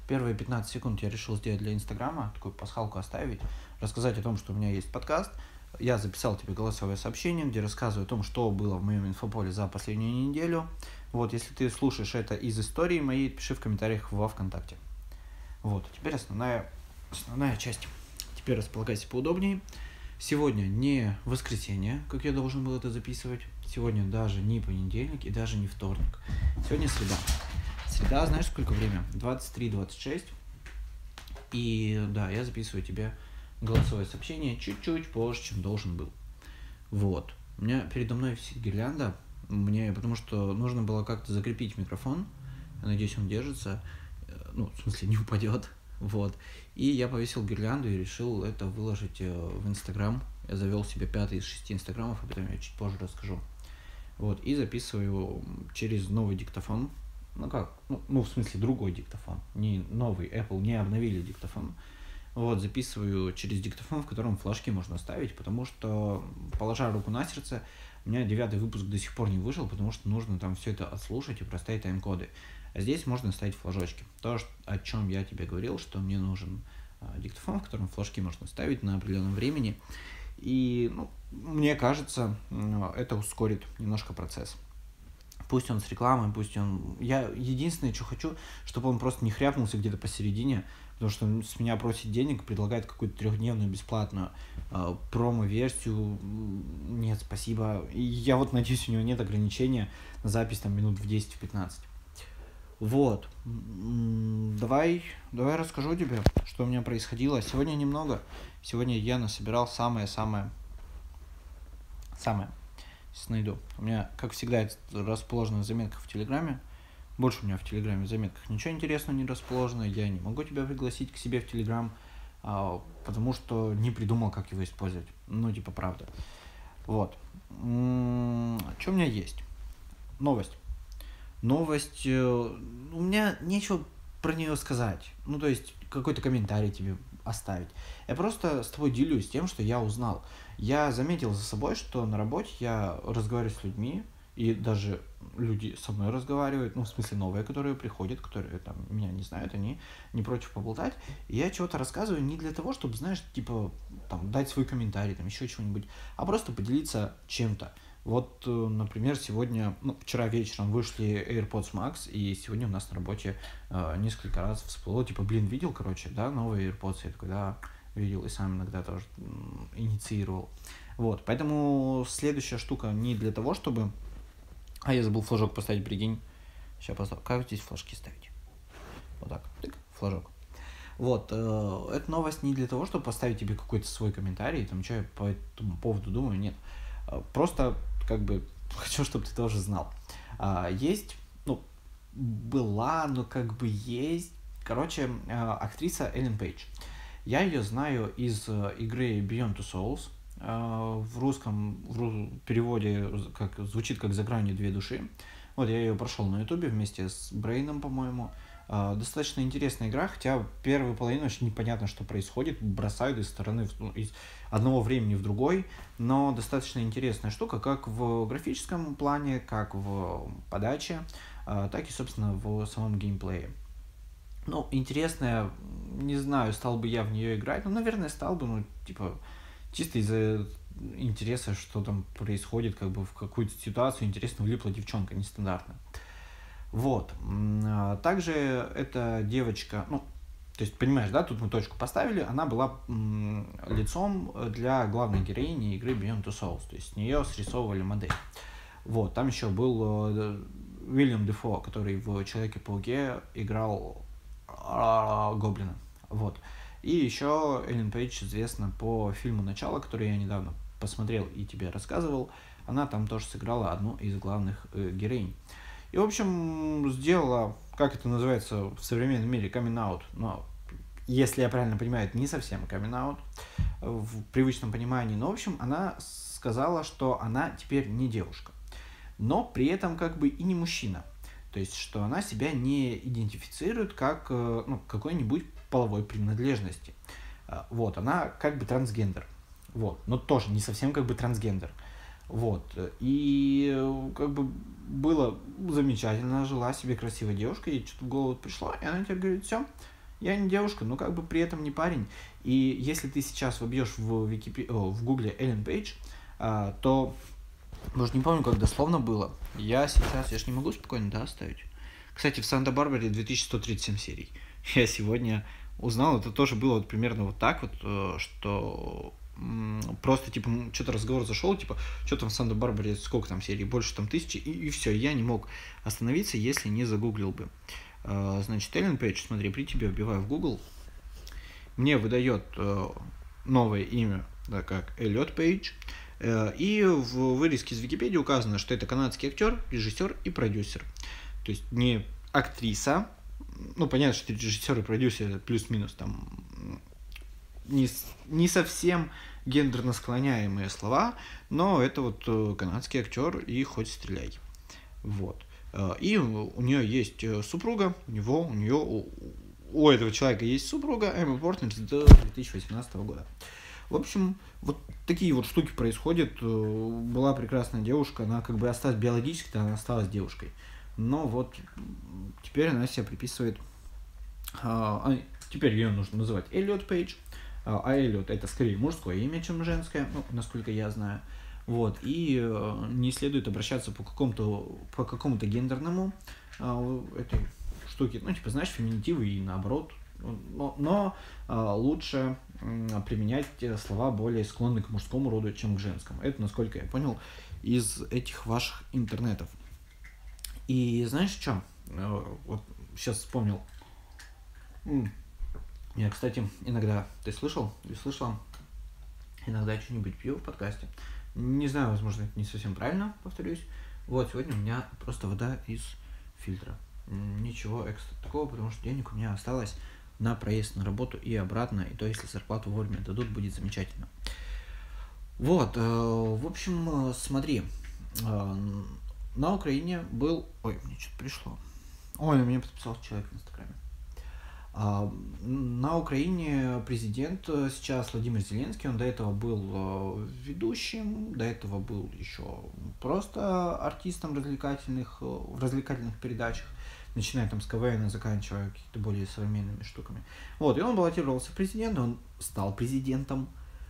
Первые 15 секунд я решил сделать для Инстаграма, такую пасхалку оставить, рассказать о том, что у меня есть подкаст. Я записал тебе голосовое сообщение, где рассказываю о том, что было в моем инфополе за последнюю неделю. Вот, если ты слушаешь это из истории моей, пиши в комментариях во ВКонтакте. Вот, теперь основная часть. Теперь располагайся поудобнее. Сегодня не воскресенье, как я должен был это записывать. Сегодня даже не понедельник и даже не вторник. Сегодня среда. Среда, знаешь, сколько время? 23:26. И да, я записываю тебе голосовое сообщение чуть-чуть позже, чем должен был. Вот. У меня передо мной висит гирлянда, потому что нужно было как-то закрепить микрофон. Я надеюсь, он держится. В смысле, не упадет. Вот. И я повесил гирлянду и решил это выложить в Инстаграм. Я завел себе 5 из 6 инстаграмов, об этом я чуть позже расскажу. Вот. И записываю через новый диктофон. В смысле, другой диктофон. Не новый, Apple не обновили диктофон. Вот, записываю через диктофон, в котором флажки можно ставить, потому что, положа руку на сердце, у меня 9 выпуск до сих пор не вышел, потому что нужно там все это отслушать и проставить тайм-коды. А здесь можно ставить флажочки. То, о чем я тебе говорил, что мне нужен диктофон, в котором флажки можно ставить на определенном времени. И, мне кажется, это ускорит немножко процесс. Пусть он с рекламой, Я единственное, что хочу, чтобы он просто не хряпнулся где-то посередине, потому что он с меня просит денег, предлагает какую-то 3-дневную бесплатную промо-версию. Нет, спасибо. И я надеюсь, у него нет ограничения на запись там минут в 10-15. Вот. Давай расскажу тебе, что у меня происходило. Сегодня немного. Сегодня я насобирал самое-самое. Сейчас найду. У меня, как всегда, это расположено в заметках в Телеграме. Больше у меня в Телеграме в заметках ничего интересного не расположено. Я не могу тебя пригласить к себе в Телеграм, потому что не придумал, как его использовать. Правда. Вот. Что у меня есть? Новость. У меня нечего про нее сказать. Какой-то комментарий тебе оставить. Я просто с тобой делюсь тем, что я узнал. Я заметил за собой, что на работе я разговариваю с людьми, и даже люди со мной разговаривают, в смысле новые, которые приходят, которые там меня не знают, они не против поболтать. И я чего-то рассказываю не для того, чтобы, дать свой комментарий, еще чего-нибудь, а просто поделиться чем-то. Например, вчера вечером вышли AirPods Max, и сегодня у нас на работе несколько раз всплыло, видел, новые AirPods, я такой, да, видел, и сам иногда тоже инициировал. Вот, поэтому следующая штука не для того, чтобы... я забыл флажок поставить, прикинь. Сейчас поставлю. Как здесь флажки ставить? Вот так, тык, флажок. Эта новость не для того, чтобы поставить тебе какой-то свой комментарий, что я по этому поводу думаю, нет. Просто, хочу, чтобы ты тоже знал. Есть, была, есть, актриса Эллен Пейдж. Я ее знаю из игры Beyond Two Souls. В русском переводе звучит как «За гранью две души». Я ее прошел на ютубе вместе с Брейном, по-моему. Достаточно интересная игра, хотя первую половину очень непонятно, что происходит, бросают из одного времени в другой, но достаточно интересная штука, как в графическом плане, как в подаче, так и, собственно, в самом геймплее. Интересная, не знаю, стал бы я в нее играть, наверное, стал бы, чисто из-за интереса, что там происходит, в какую-то ситуацию интересно влипла девчонка, нестандартная. Также эта девочка, понимаешь, да, тут мы точку поставили, она была лицом для главной героини игры Beyond Two Souls, то есть с нее срисовывали модель. Там еще был Уильям Дефо, который в Человеке-пауке играл Гоблина. И еще Эллен Пейдж известна по фильму «Начало», который я недавно посмотрел и тебе рассказывал. Она там тоже сыграла одну из главных героинь. И, в общем, сделала, как это называется в современном мире, камин-аут. Но, если я правильно понимаю, это не совсем камин-аут в привычном понимании. Но, в общем, она сказала, что она теперь не девушка. Но при этом и не мужчина. То есть, что она себя не идентифицирует как какой-нибудь половой принадлежности. Она трансгендер. Но тоже не совсем трансгендер. Вот. И как бы было замечательно, жила себе красивая девушка, ей что-то в голову пришло, и она теперь говорит, все, я не девушка, но как бы при этом не парень. И если ты сейчас вобьешь в гугле Эллен Пейдж, то, может, не помню, как дословно было, я ж не могу спокойно, да, оставить. Кстати, в Санта-Барбаре 2137 серий. Я сегодня узнал, это тоже было вот примерно вот так вот, что просто, типа, что-то разговор зашел, типа, что там в Санта-Барбаре, сколько там серий, больше там 1000, и все, я не мог остановиться, если не загуглил бы. Значит, Эллен Пейдж, смотри, при тебе вбиваю в Google, мне выдает новое имя, да, как Эллиот Пейдж, и в вырезке из Википедии указано, что это канадский актер, режиссер и продюсер. То есть не актриса, ну, понятно, что режиссер и продюсер это плюс-минус там не совсем гендерно склоняемые слова, но это вот канадский актер и хоть стреляй. Вот. И у нее есть супруга, у этого человека есть супруга, Эмма Портнер, до 2018 года. В общем, вот такие вот штуки происходят. Была прекрасная девушка, она как бы осталась биологически, она осталась девушкой. Но вот теперь она себя приписывает... теперь ее нужно называть Эллиот Пейдж. А Эллиот это скорее мужское имя, чем женское, ну, насколько я знаю. Вот, и не следует обращаться по какому-то гендерному этой штуке, ну, типа, знаешь, феминитивы и наоборот. Но лучше применять слова более склонные к мужскому роду, чем к женскому. Это, насколько я понял, из этих ваших интернетов. И знаешь что? Вот сейчас вспомнил. Я, кстати, иногда, ты слышал или слышала, иногда что-нибудь пью в подкасте. Не знаю, возможно, это не совсем правильно, повторюсь. Вот, сегодня у меня просто вода из фильтра. Ничего экстра такого, потому что денег у меня осталось на проезд на работу и обратно. И то, если зарплату вовремя дадут, будет замечательно. Вот, в общем, смотри. На Украине был... Ой, мне что-то пришло. Ой, на меня подписался человек в Инстаграме. На Украине президент сейчас Владимир Зеленский, он до этого был ведущим, до этого был еще просто артистом в развлекательных передачах, начиная там с КВН, заканчивая какими-то более современными штуками. Вот, и он баллотировался в президенты, он стал президентом,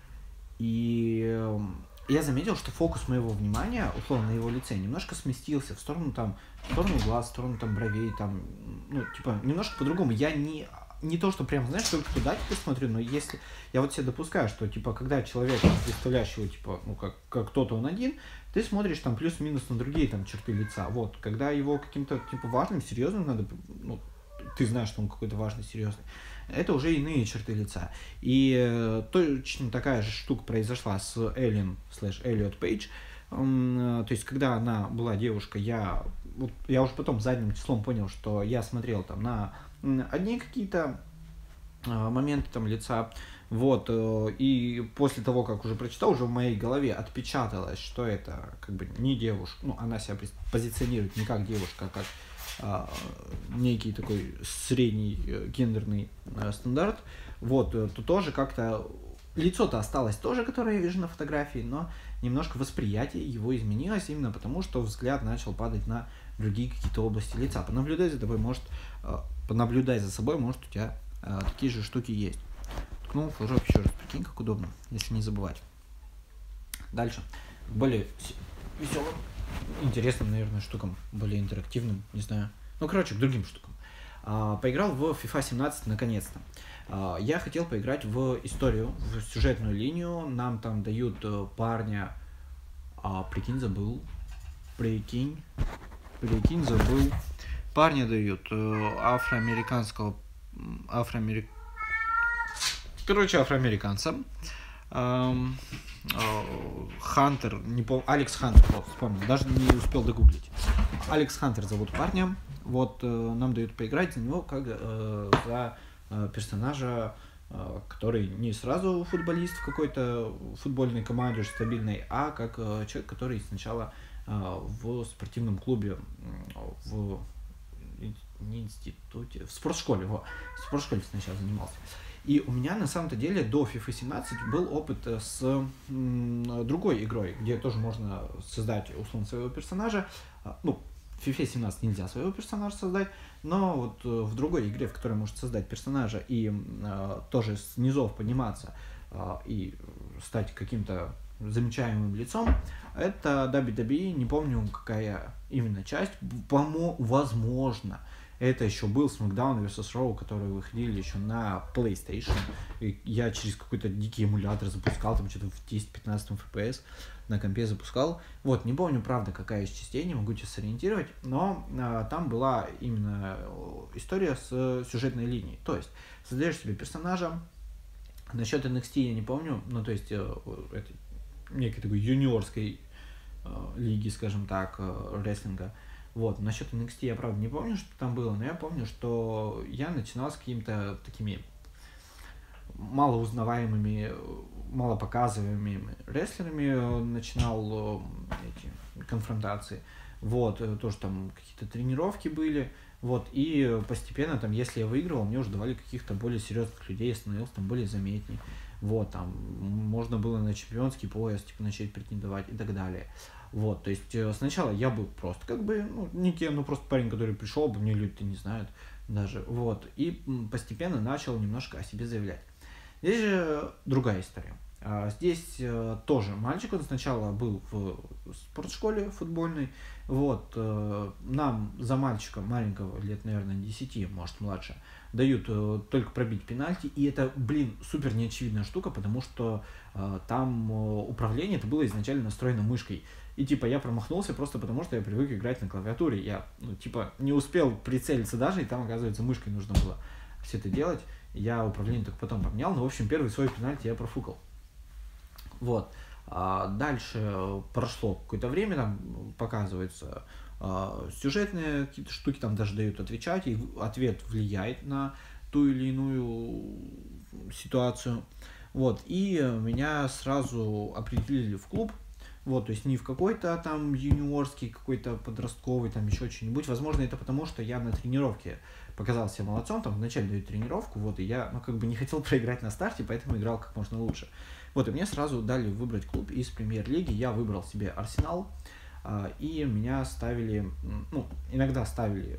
и я заметил, что фокус моего внимания, условно, на его лице немножко сместился в сторону глаз, в сторону там бровей, там, ну, типа, немножко по-другому. Я не то, что прям, знаешь, только туда теперь смотрю, но если я вот себе допускаю, что, типа, когда человек, представляешь его, типа, ну, как кто-то он один, ты смотришь там плюс-минус на другие там черты лица. Вот, когда его каким-то, типа, важным, серьезным надо, ну, ты знаешь, что он какой-то важный, серьезный, это уже иные черты лица. И точно такая же штука произошла с Эллиот Пейдж. То есть, когда она была девушка, я уже потом задним числом понял, что я смотрел там на одни какие-то моменты там лица. Вот, и после того, как уже прочитал, уже в моей голове отпечаталось, что это как бы не девушка. Ну, она себя позиционирует не как девушка, а как некий такой средний гендерный стандарт, вот, то тоже как-то лицо-то осталось тоже, которое я вижу на фотографии, но немножко восприятие его изменилось именно потому, что взгляд начал падать на другие какие-то области лица. Понаблюдай за собой, может, у тебя такие же штуки есть. Ткнул флажок еще раз, прикинь, как удобно, если не забывать. Дальше, более веселым, интересным, наверное, штукам, более интерактивным, не знаю. Ну, короче, к другим штукам. Поиграл в FIFA 17 наконец-то. Я хотел поиграть в историю, в сюжетную линию. Нам там дают парня... Прикинь, забыл. Парня дают афроамериканца. Хантер, не помню, Алекс Хантер, вот, вспомнил, даже не успел догуглить. Алекс Хантер зовут парня, вот, нам дают поиграть за него как за персонажа, который не сразу футболист в какой-то футбольной команде стабильной, а как человек, который сначала в спортивном клубе, не институте, в спортшколе сначала занимался. И у меня на самом-то деле до FIFA 17 был опыт с другой игрой, где тоже можно создать условно своего персонажа. Ну, в FIFA 17 нельзя своего персонажа создать, но вот в другой игре, в которой можно создать персонажа и тоже с низов подниматься и стать каким-то замечаемым лицом, это WWE, не помню, какая именно часть, возможно, это еще был SmackDown vs. Raw, которые выходили еще на PlayStation. И я через какой-то дикий эмулятор запускал, там что-то в 10-15 FPS на компе запускал. Вот, не помню, правда, какая из частей, не могу тебя сориентировать, но там была именно история с сюжетной линией. То есть, создаешь себе персонажа. Насчет NXT я не помню, ну, то есть, это некой такой юниорской лиги, скажем так, рестлинга. Вот, насчет NXT я, правда, не помню, что там было, но я помню, что я начинал с какими-то такими малоузнаваемыми, малопоказываемыми рестлерами, начинал эти конфронтации. Вот, тоже там какие-то тренировки были. Вот, и постепенно, там, если я выигрывал, мне уже давали каких-то более серьезных людей, я становился там более заметней. Вот, там, можно было на чемпионский пояс, типа, начать претендовать и так далее. Вот, то есть сначала я был просто как бы, ну, никем, ну, просто парень, который пришел, мне люди-то не знают даже, вот, и постепенно начал немножко о себе заявлять. Здесь же другая история. Здесь тоже мальчик, он сначала был в спортшколе футбольной, вот, нам за мальчика маленького, лет, наверное, 10, может, младше, дают только пробить пенальти, и это, блин, супер неочевидная штука, потому что там управление это было изначально настроено мышкой. И типа я промахнулся просто потому, что я привык играть на клавиатуре. Я, ну, типа, не успел прицелиться даже, и там, оказывается, мышкой нужно было все это делать. Я управление только потом поменял, но, в общем, первый свой пенальти я профукал. Вот. Дальше прошло какое-то время, там показывается сюжетные какие-то штуки, там даже дают отвечать, и ответ влияет на ту или иную ситуацию. Вот. И меня сразу определили в клуб. Вот, то есть не в какой-то там юниорский, какой-то подростковый, там еще что-нибудь. Возможно, это потому, что я на тренировке показал себя молодцом, там вначале дают тренировку, вот, и я, ну, как бы не хотел проиграть на старте, поэтому играл как можно лучше. Вот, и мне сразу дали выбрать клуб из премьер-лиги, я выбрал себе Арсенал, и меня ставили, ну, иногда ставили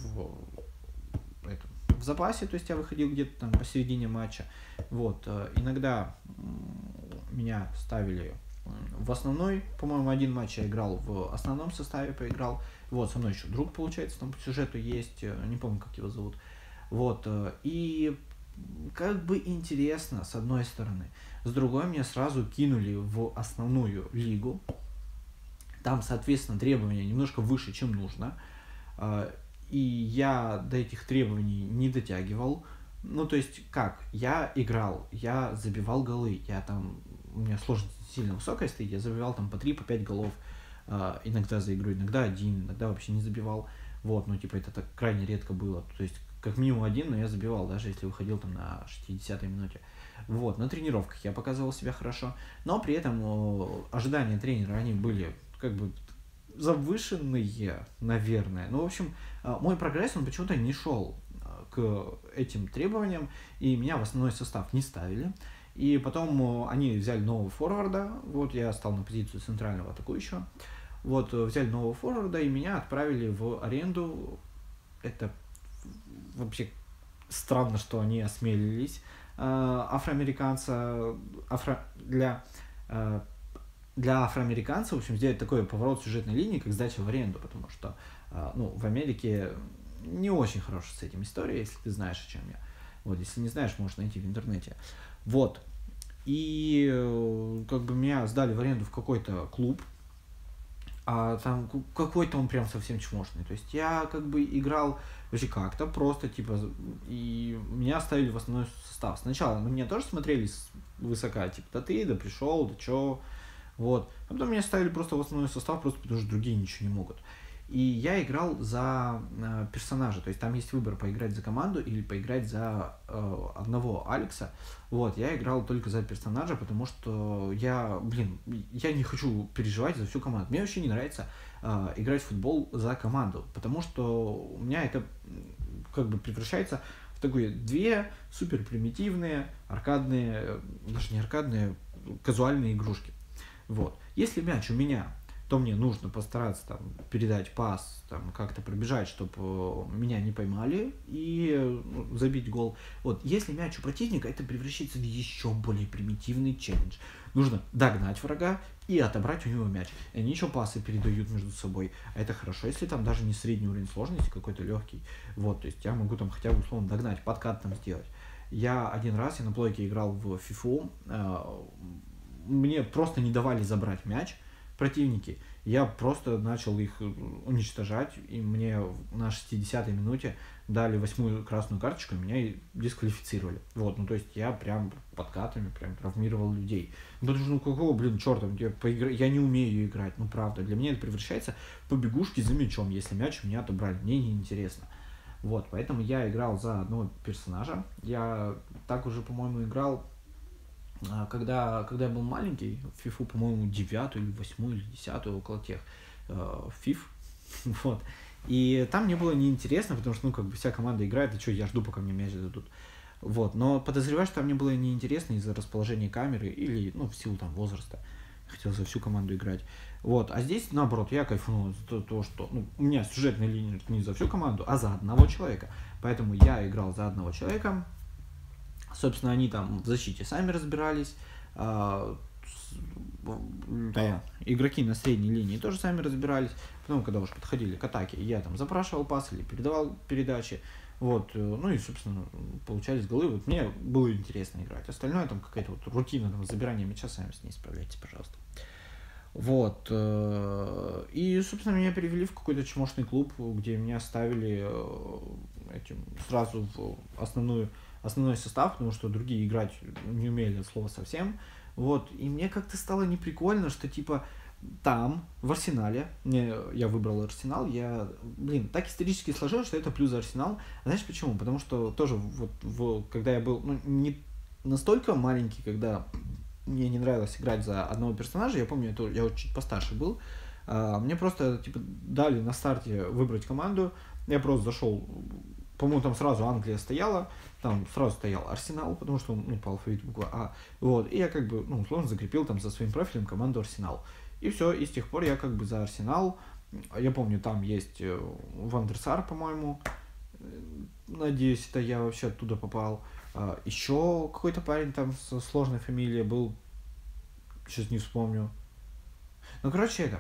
в запасе, то есть я выходил где-то там посередине матча, вот, иногда меня ставили в основной, по-моему, один матч я играл в основном составе, поиграл. Вот, со мной еще друг, получается, там по сюжету есть, не помню, как его зовут. Вот, и как бы интересно, с одной стороны. С другой, меня сразу кинули в основную лигу. Там, соответственно, требования немножко выше, чем нужно. И я до этих требований не дотягивал. Ну, то есть, как? Я играл, я забивал голы, я там... У меня сложность сильно высокая стоит, я забивал там по 3, по 5 голов, иногда за игру, иногда один, иногда вообще не забивал. Вот, ну, типа, это так крайне редко было. То есть, как минимум один, но я забивал, даже если выходил там на 60-й минуте. Вот, на тренировках я показывал себя хорошо, но при этом ожидания тренера, они были как бы завышенные, наверное. Ну, в общем, мой прогресс, он почему-то не шел к этим требованиям, и меня в основной состав не ставили. И потом они взяли нового форварда, вот я стал на позицию центрального атакующего, вот взяли нового форварда и меня отправили в аренду. Это вообще странно, что они осмелились афроамериканца для афроамериканца, в общем, сделать такой поворот сюжетной линии, как сдача в аренду, потому что ну, в Америке не очень хорошая с этим история, если ты знаешь, о чем я. Вот, если не знаешь, можешь найти в интернете. Вот. И как бы меня сдали в аренду в какой-то клуб, а там какой-то он прям совсем чмошный. То есть я как бы играл вообще как-то просто, типа, и меня оставили в основной состав. Сначала на меня тоже смотрели высока, типа, да ты, да пришел, да чё. Вот. А потом меня ставили просто в основной состав, просто потому что другие ничего не могут. И я играл за персонажа, то есть там есть выбор поиграть за команду или поиграть за одного Алекса. Вот, я играл только за персонажа, потому что я не хочу переживать за всю команду. Мне вообще не нравится играть в футбол за команду, потому что у меня это как бы превращается в такие две супер примитивные, аркадные, даже не аркадные, казуальные игрушки. Вот. Если мяч у меня, то мне нужно постараться там передать пас, там как-то пробежать, чтобы меня не поймали и забить гол. Вот, если мяч у противника, это превращается в еще более примитивный челлендж. Нужно догнать врага и отобрать у него мяч. И они еще пасы передают между собой. А это хорошо, если там даже не средний уровень сложности, какой-то легкий. Вот, то есть я могу там хотя бы условно догнать, подкат там сделать. Я один раз, я на плойке играл в FIFA, мне просто не давали забрать мяч противники. Я просто начал их уничтожать, и мне на 60-й минуте дали 8-ю красную карточку, и меня дисквалифицировали. Вот, ну то есть я прям подкатами прям травмировал людей. Потому что, ну какого, черта, я не умею играть, ну правда. Для меня это превращается в побегушки за мячом, если мяч у меня отобрали, мне неинтересно. Вот, поэтому я играл за одного персонажа. Я так уже, по-моему, играл, когда я был маленький, в FIFA, по-моему, 9-ю или 8-ю или 10-ю, около тех FIFA. Вот. И там мне было неинтересно, потому что, вся команда играет, и что, я жду, пока мне мяч дадут. Вот. Но подозреваю, что там мне было неинтересно из-за расположения камеры или, в силу там возраста. Хотел за всю команду играть. Вот. А здесь, наоборот, я кайфанул за то, что у меня сюжетная линия не за всю команду, а за одного человека. Поэтому я играл за одного человека. Собственно, они там в защите сами разбирались. Игроки на средней линии тоже сами разбирались. Потом, когда уже подходили к атаке, я там запрашивал пас или передавал передачи. Вот. Ну и, собственно, получались голы. Вот мне было интересно играть. Остальное там какая-то вот рутина, там, забирание мяча, сами с ней справляйтесь, пожалуйста. Вот. И, собственно, меня перевели в какой-то чмошный клуб, где меня ставили сразу в основной состав, потому что другие играть не умели от слова совсем. Вот. И мне как-то стало неприкольно, что типа там, в Арсенале, я выбрал Арсенал, так исторически сложилось, что это плюс за Арсенал. Знаешь почему? Потому что тоже когда я был, не настолько маленький, когда мне не нравилось играть за одного персонажа, я помню, я чуть постарше был, мне просто дали на старте выбрать команду, я просто зашел, по-моему, там сразу Англия стояла, там сразу стоял Арсенал, потому что по алфавиту буква А, вот, и я условно закрепил там за своим профилем команду Арсенал. И все, и с тех пор я за Арсенал. Я помню, там есть Ван дер Сар, по-моему. Надеюсь, это я вообще оттуда попал. Еще какой-то парень там со сложной фамилией был. Сейчас не вспомню. Короче,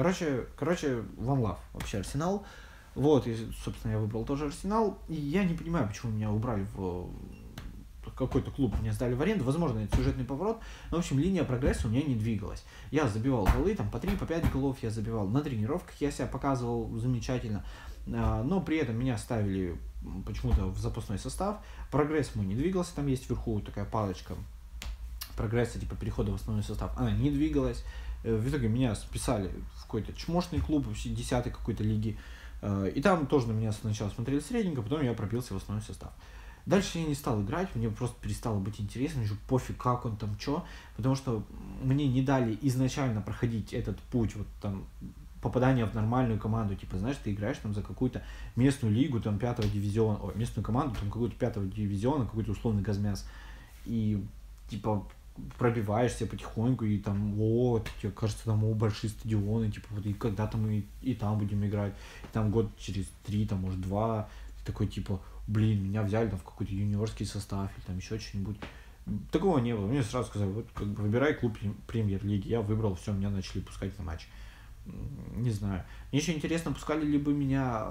One Love, вообще Арсенал. Вот, и, собственно, я выбрал тоже Арсенал. И я не понимаю, почему меня убрали в какой-то клуб, меня сдали в аренду, возможно, это сюжетный поворот, но, в общем, линия прогресса у меня не двигалась. Я забивал голы, там, по 3, по 5 голов я забивал, на тренировках я себя показывал замечательно, но при этом меня ставили почему-то в запасной состав, прогресс мой не двигался, там есть вверху такая палочка прогресса, типа перехода в основной состав, она не двигалась, в итоге меня списали в какой-то чмошный клуб, 10-й какой-то лиги, и там тоже на меня сначала смотрели средненько, потом я пробился в основной состав. Дальше я не стал играть, мне просто перестало быть интересно, уже пофиг, как он там, что, потому что мне не дали изначально проходить этот путь, вот там, попадания в нормальную команду, типа, знаешь, ты играешь там за какую-то местную лигу, там, 5-го дивизиона, местную команду, там, какую-то 5-го дивизиона, какой-то условный Газмяс, и, типа, пробиваешься потихоньку, и там, тебе кажется, там, большие стадионы, типа, вот, и когда-то мы и там будем играть, и там год через 3, там, может, 2, такой, типа, меня взяли там в какой-то юниорский состав или там еще что-нибудь. Такого не было. Мне сразу сказали, вот выбирай клуб премьер-лиги. Я выбрал, все, меня начали пускать на матч. Не знаю. Мне еще интересно, пускали ли бы меня,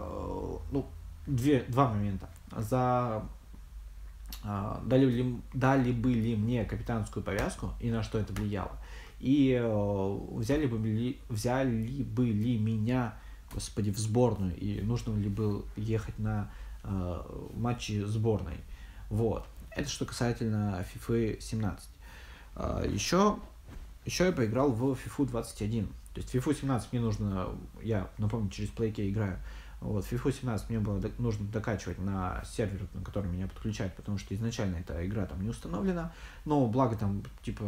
два момента. Дали бы ли мне капитанскую повязку и на что это влияло. И взяли бы ли меня, господи, в сборную, и нужно ли было ехать на матчи сборной. Вот. Это что касательно FIFA 17. Еще я поиграл в FIFA 21. То есть FIFA 17 мне нужно, я напомню, через PlayKey играю. Вот, FIFA 17 мне было нужно докачивать на сервер, на который меня подключают, потому что изначально эта игра там не установлена. Но благо там типа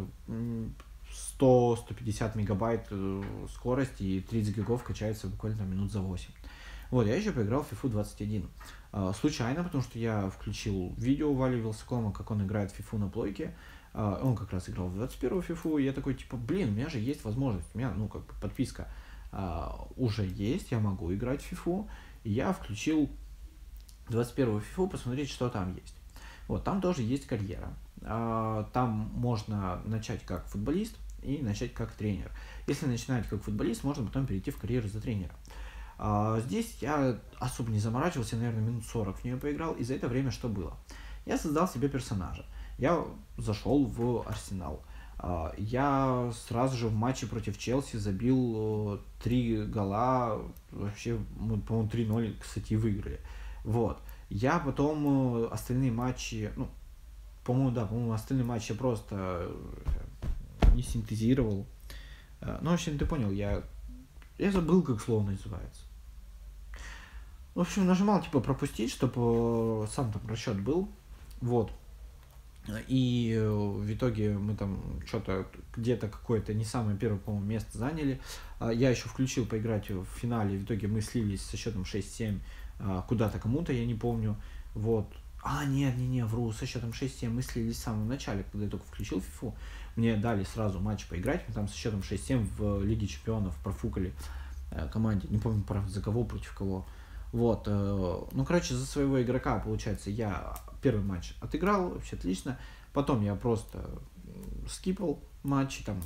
100-150 мегабайт скорости и 30 гигов качается буквально минут за 8. Вот, я еще поиграл в FIFA 21. случайно, потому что я включил видео Вали Вилсакома, как он играет в фифу на плойке. Он как раз играл в 21-ю фифу, и я такой, типа, блин, у меня же есть возможность, у меня, ну, как бы, подписка уже есть, я могу играть в фифу, и я включил 21-ю фифу, посмотреть, что там есть. Вот, там тоже есть карьера. Там можно начать как футболист и начать как тренер. Если начинать как футболист, можно потом перейти в карьеру за тренера. Здесь я особо не заморачивался, наверное, минут 40 в нее поиграл, и за это время что было? Я создал себе персонажа. Я зашел в Арсенал. Я сразу же в матче против Челси забил 3 гола. Вообще, мы, по-моему, 3-0, кстати, выиграли. Вот. Я потом остальные матчи, ну, по-моему, остальные матчи я просто не синтезировал. Ну, в общем, ты понял, я забыл, как слово называется. В общем, нажимал, типа, пропустить, чтобы сам там расчет был. Вот. И в итоге мы там что-то где-то какое-то не самое первое, по-моему, место заняли. Я еще включил поиграть в финале. В итоге мы слились со счетом 6-7 куда-то кому-то, я не помню. Вот. Не, вру, со счетом 6-7 мы слились в самом начале, когда я только включил FIFA. Мне дали сразу матч поиграть. Мы там со счетом 6-7 в Лиге Чемпионов профукали команде. Не помню, правда, за кого, против кого. Вот. Ну, короче, за своего игрока, получается, я первый матч отыграл, вообще отлично. Потом я просто скипал матчи, там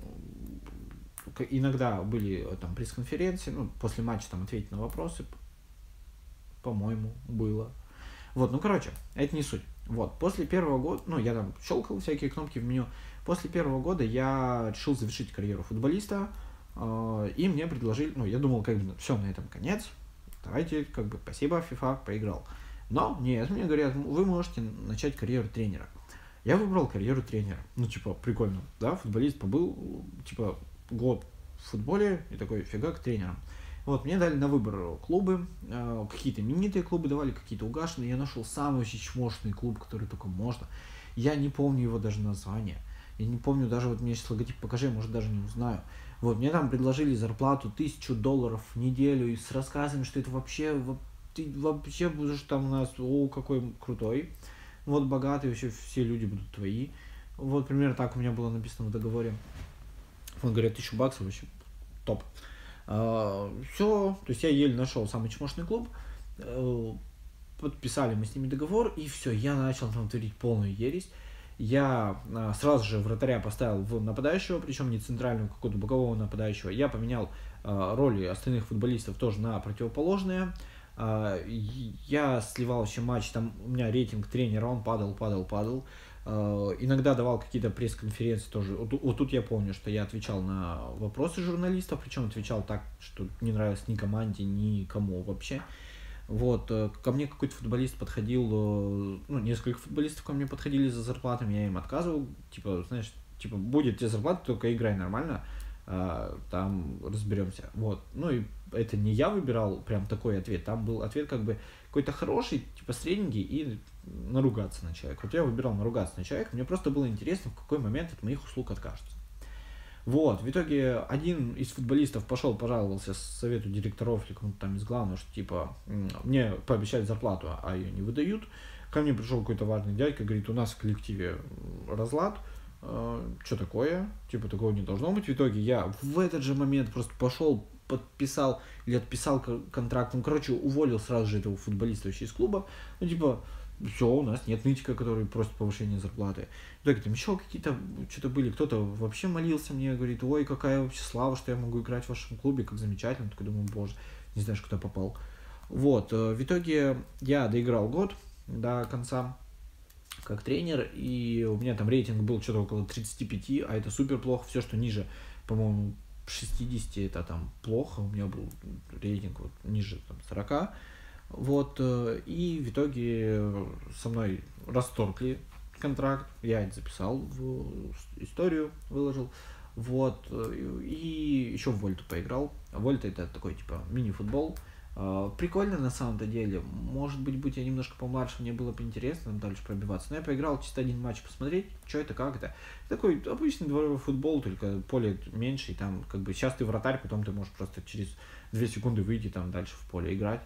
иногда были там пресс-конференции, ну, после матча там ответить на вопросы, по-моему, было. Вот, ну, короче, это не суть. Вот, после первого года, ну, я там щелкал всякие кнопки в меню. После первого года я решил завершить карьеру футболиста, и мне предложили, ну, я думал, как бы, все, на этом конец, давайте, как бы, спасибо, FIFA, поиграл. Но нет, мне говорят, вы можете начать карьеру тренера. Я выбрал карьеру тренера. Ну, типа, прикольно, да, футболист побыл, типа, год в футболе и такой фигак тренером. Вот, мне дали на выбор клубы, какие-то именитые клубы давали, какие-то угашенные. Я нашел самый очень чмошный клуб, который только можно. Я не помню его даже название. Я не помню даже, вот мне сейчас логотип покажи, может даже не узнаю. Вот, мне там предложили зарплату $1000 в неделю и с рассказами, что это вообще, ты вообще будешь там у нас, о, какой крутой. Вот, богатый, вообще все люди будут твои. Вот, примерно так у меня было написано в договоре. Он говорит, $1000 вообще топ. Все, то есть я еле нашел самый чмошный клуб, подписали мы с ними договор, и все, я начал там творить полную ересь. Я сразу же вратаря поставил в нападающего, причем не центрального, какого-то бокового нападающего. Я поменял роли остальных футболистов тоже на противоположные. Я сливал еще матч, там у меня рейтинг тренера, он падал. Иногда давал какие-то пресс-конференции тоже. Вот тут я помню, что я отвечал на вопросы журналистов, причем отвечал так, что не нравилось ни команде, ни кому вообще. Вот, ко мне какой-то футболист подходил, ну, несколько футболистов ко мне подходили за зарплатами, я им отказывал, типа, знаешь, типа, будет тебе зарплата, только играй нормально, там разберемся. Вот, ну и это не я выбирал прям такой ответ, там был ответ как бы какой-то хороший, типа средненький и наругаться на человека. Вот я выбирал наругаться на человека, мне просто было интересно, в какой момент от моих услуг откажутся. Вот, в итоге один из футболистов пошел, пожаловался с совету директоров или кому-то там из главного, что типа мне пообещали зарплату, а ее не выдают. Ко мне пришел какой-то важный дядька, говорит, у нас в коллективе разлад, что такое, типа такого не должно быть. В итоге я в этот же момент просто пошел, подписал или отписал контракт, ну, короче, уволил сразу же этого футболиста вообще из клуба, ну, типа, все, у нас нет нытика, который просит повышения зарплаты. В итоге там еще какие-то что-то были, кто-то вообще молился мне, говорит, ой, какая вообще слава, что я могу играть в вашем клубе, как замечательно. Такой думаю, боже, не знаешь, куда попал. Вот, в итоге я доиграл год до конца как тренер, и у меня там рейтинг был что-то около 35, а это супер плохо, все, что ниже, по-моему, 60, это там плохо, у меня был рейтинг вот ниже там 40. Вот, и в итоге со мной расторгли контракт, я это записал в историю, выложил, вот, и еще в Вольту поиграл. Вольта это такой, типа, мини-футбол, прикольно на самом-то деле, может быть, будь я немножко помладше, мне было бы интересно дальше пробиваться, но я поиграл чисто один матч посмотреть, что это, как это. Такой обычный дворовой футбол, только поле меньше, и там, как бы, сейчас ты вратарь, потом ты можешь просто через 2 секунды выйти там дальше в поле играть.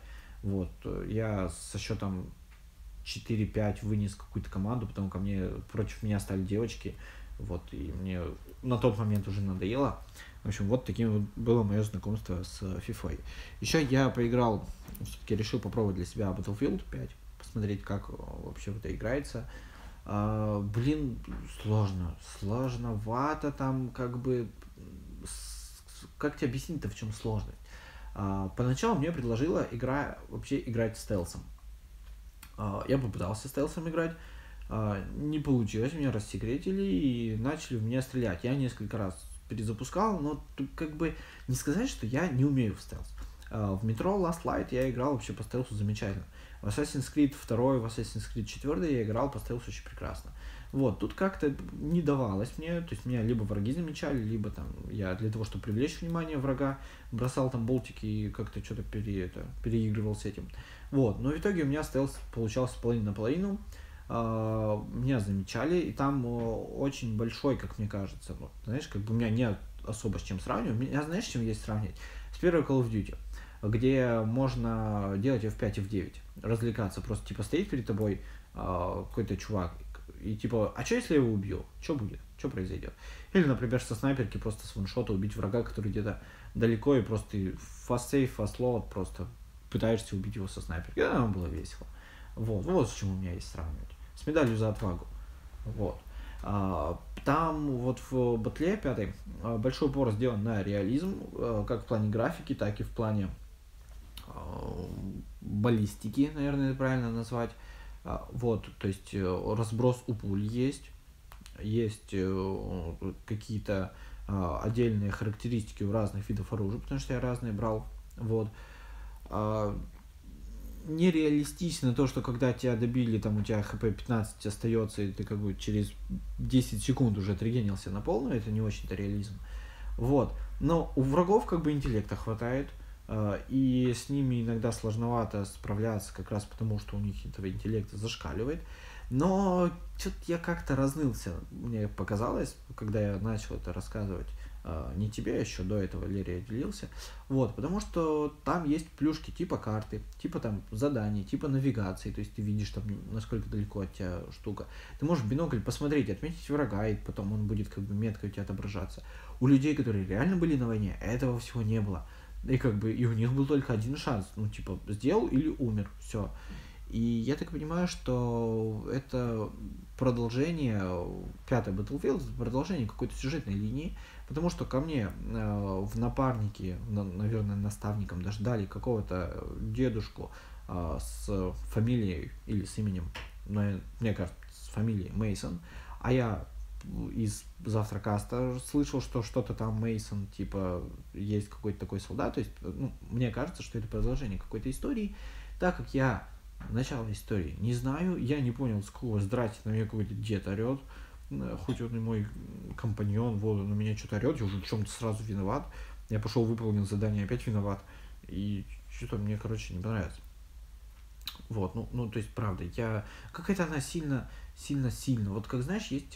Вот, я со счетом 4-5 вынес какую-то команду, потом против меня стали девочки, вот, и мне на тот момент уже надоело. В общем, вот таким вот было мое знакомство с FIFA. Еще я поиграл, все-таки решил попробовать для себя Battlefield 5, посмотреть, как вообще в это играется. Блин, сложновато там, как бы, как тебе объяснить-то, в чем сложность? Поначалу мне предложила игра вообще играть стелсом. Я попытался стелсом играть, не получилось, меня рассекретили и начали в меня стрелять. Я несколько раз перезапускал, но как бы не сказать, что я не умею в стелс. В Metro Last Light я играл вообще по стелсу замечательно. В Assassin's Creed 2, в Assassin's Creed 4 я играл по стелсу очень прекрасно. Вот, тут как-то не давалось мне, то есть меня либо враги замечали, либо там я для того, чтобы привлечь внимание врага, бросал там болтики и как-то что-то переигрывал с этим. Вот, но в итоге у меня стелс получался половина на половину, меня замечали, и там очень большой, как мне кажется, вот, знаешь, как бы у меня нет особо с чем сравнивать. Я знаешь, с чем есть сравнивать? С первой Call of Duty, где можно делать F5, F9, развлекаться, просто типа стоит перед тобой какой-то чувак, и типа, а что если я его убью? Что будет? Что произойдет? Или, например, со снайперки просто с ваншота убить врага, который где-то далеко, и просто fast save, fast load, просто пытаешься убить его со снайперки. И нам было весело. Вот с чем у меня есть сравнивать. С медалью за отвагу. Вот. Там вот в Батле 5 большой упор сделан на реализм, как в плане графики, так и в плане баллистики, наверное, это правильно назвать. Вот, то есть разброс у пуль есть какие-то отдельные характеристики у разных видов оружия, потому что я разные брал. Вот. Нереалистично то, что когда тебя добили, там у тебя хп 15 остается, и ты как бы через 10 секунд уже отрегенился на полную, это не очень-то реализм. Вот. Но у врагов как бы интеллекта хватает, и с ними иногда сложновато справляться, как раз потому, что у них этого интеллекта зашкаливает. Но что-то я как-то разнылся, мне показалось, когда я начал это рассказывать. Не тебе, еще до этого Лерия делился. Вот, потому что там есть плюшки типа карты, типа там заданий, типа навигации, то есть ты видишь там, насколько далеко от тебя штука. Ты можешь в бинокль посмотреть, отметить врага, и потом он будет как бы метко у тебя отображаться. У людей, которые реально были на войне, этого всего не было. И как бы и у них был только один шанс, ну типа сделал или умер, все. И я так понимаю, что это продолжение, пятый Battlefield, продолжение какой-то сюжетной линии, потому что ко мне в напарнике, наверное, наставником даже дали какого-то дедушку с фамилией или с именем, мне кажется, с фамилией Мейсон, а я из Завтракаста слышал, что что-то там Мейсон, типа, есть какой-то такой солдат, то есть, ну, мне кажется, что это продолжение какой-то истории, так как я начало истории не знаю, я не понял, с какого здрасте на меня какой-то дед орет, хоть он и мой компаньон, вот, он на меня что-то орет, я уже в чем-то сразу виноват, я пошел, выполнил задание, опять виноват, и что-то мне, короче, не понравилось. Вот, ну, то есть, правда, какая-то она сильно. Вот, как знаешь, есть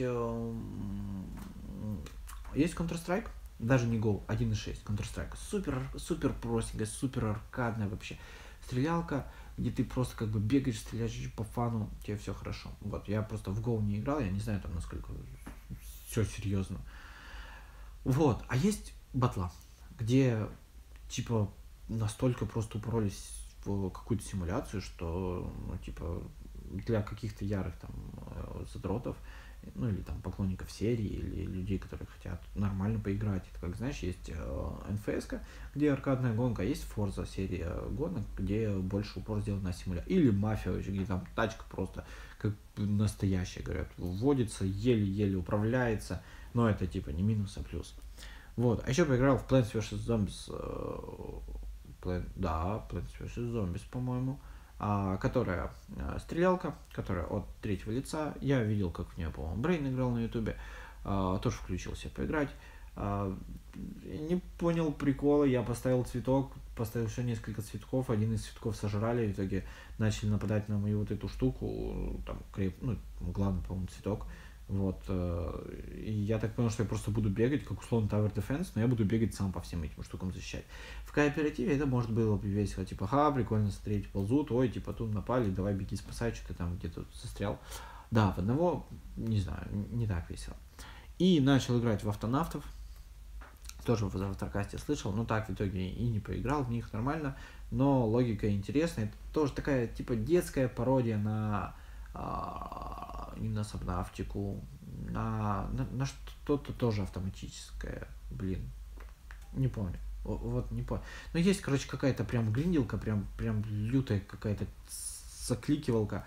Counter-Strike, даже не Go, 1.6, Counter-Strike, супер простенькая, супер аркадная вообще стрелялка, где ты просто как бы бегаешь, стреляешь по фану, тебе все хорошо. Вот, я просто в Go не играл, я не знаю там насколько все серьезно. Вот, а есть батла, где типа настолько просто упоролись в какую-то симуляцию, что, ну, типа, для каких-то ярых там задротов, ну, или там поклонников серии, или людей, которые хотят нормально поиграть. Это, как знаешь, есть NFS, где аркадная гонка, а есть Forza серия гонок, где больше упор сделан на симуляцию. Или Мафия, где там тачка просто как настоящая, говорят, вводится, еле-еле управляется, но это типа не минус, а плюс. Вот, а еще поиграл в Plants vs. Zombies, Plants vs. Zombies, по-моему, которая стрелялка, которая от третьего лица. Я видел, как в нее, по-моему, Брейн играл на ютубе, тоже включил себе поиграть. Не понял прикола, я поставил цветок, поставил еще несколько цветков, один из цветков сожрали, в итоге начали нападать на мою вот эту штуку, там, главный, по-моему, цветок, Вот. И я так понял, что я просто буду бегать, как условно Tower Defense, но я буду бегать сам по всем этим штукам защищать. В кооперативе это может было бы весело, типа, прикольно смотреть, ползут, ой, типа, тут напали, давай беги спасай, что ты там где-то застрял. Да, в одного, не знаю, не так весело. И начал играть в автонавтов, тоже в Авторкасте слышал, но так в итоге и не поиграл в них нормально, но логика интересная, это тоже такая, типа, детская пародия на именно Сабнавтику, на что-то тоже автоматическое, блин, не помню, вот не помню. Но есть, короче, какая-то прям гринделка, прям лютая какая-то закликивалка,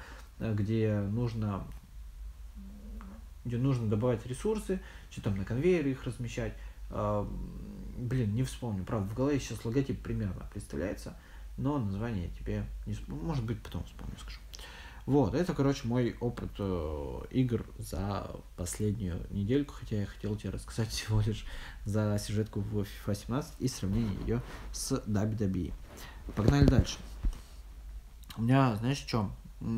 где нужно добывать ресурсы, что там на конвейере их размещать. Блин, не вспомню, правда, в голове сейчас логотип примерно представляется, но название я тебе не вспомню, может быть, потом вспомню, скажу. Вот, это, короче, мой опыт игр за последнюю недельку, хотя я хотел тебе рассказать всего лишь за сюжетку в FIFA 17 и сравнение ее с WWE. Погнали дальше. У меня, знаешь, что?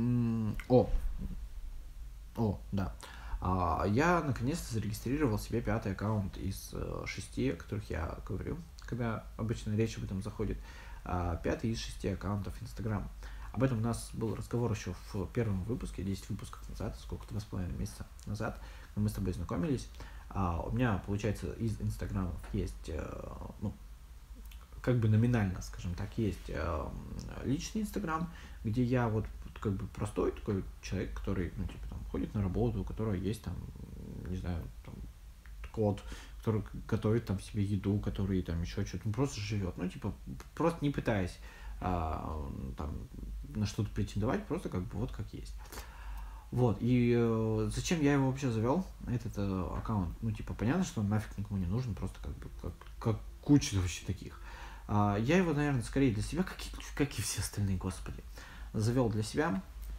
Да. Я наконец-то зарегистрировал себе 5-й аккаунт из 6, о которых я говорю, когда обычно речь об этом заходит. 5-й из 6 аккаунтов Instagram. Об этом у нас был разговор еще в первом выпуске, 10 выпусков назад, сколько-то 2,5 месяца назад, когда мы с тобой знакомились. У меня, получается, из Инстаграмов есть, как бы номинально, скажем так, есть личный Инстаграм, где я вот как бы простой такой человек, который, типа, там, ходит на работу, у которого есть там, не знаю, там, кот, который готовит там себе еду, который там еще что-то, просто живет, типа, просто не пытаясь там на что-то претендовать, просто как бы вот как есть. Вот, и зачем я его вообще завел, этот аккаунт? Типа, понятно, что он нафиг никому не нужен, просто как бы как куча вообще таких. Я его, наверное, скорее для себя, как и все остальные, господи, завел для себя,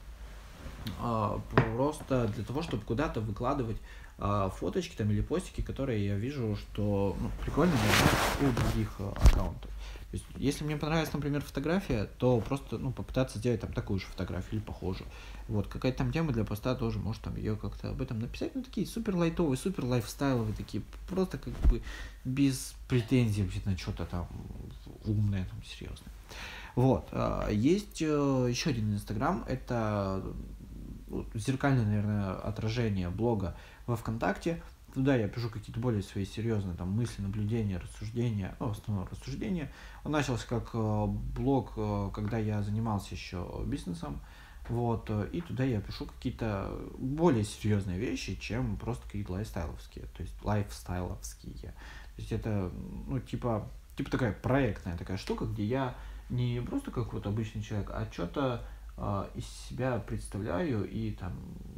просто для того, чтобы куда-то выкладывать фоточки там или постики, которые я вижу, что прикольно у других аккаунтов. То есть, если мне понравилась, например, фотография, то просто попытаться сделать там такую же фотографию или похожую. Вот, какая-то там тема для поста тоже, может там ее как-то об этом написать. Такие супер лайтовые, супер лайфстайловые, такие, просто как бы без претензий на что-то там умное, там, серьезное. Вот, есть еще один Инстаграм, это зеркальное, наверное, отражение блога во ВКонтакте. Туда я пишу какие-то более свои серьезные там мысли, наблюдения, рассуждения, в основном рассуждения. Он начался как блог, когда я занимался еще бизнесом, вот, и туда я пишу какие-то более серьезные вещи, чем просто какие-то лайфстайловские, то есть это, типа такая проектная такая штука, где я не просто как вот обычный человек, а что-то из себя представляю и там,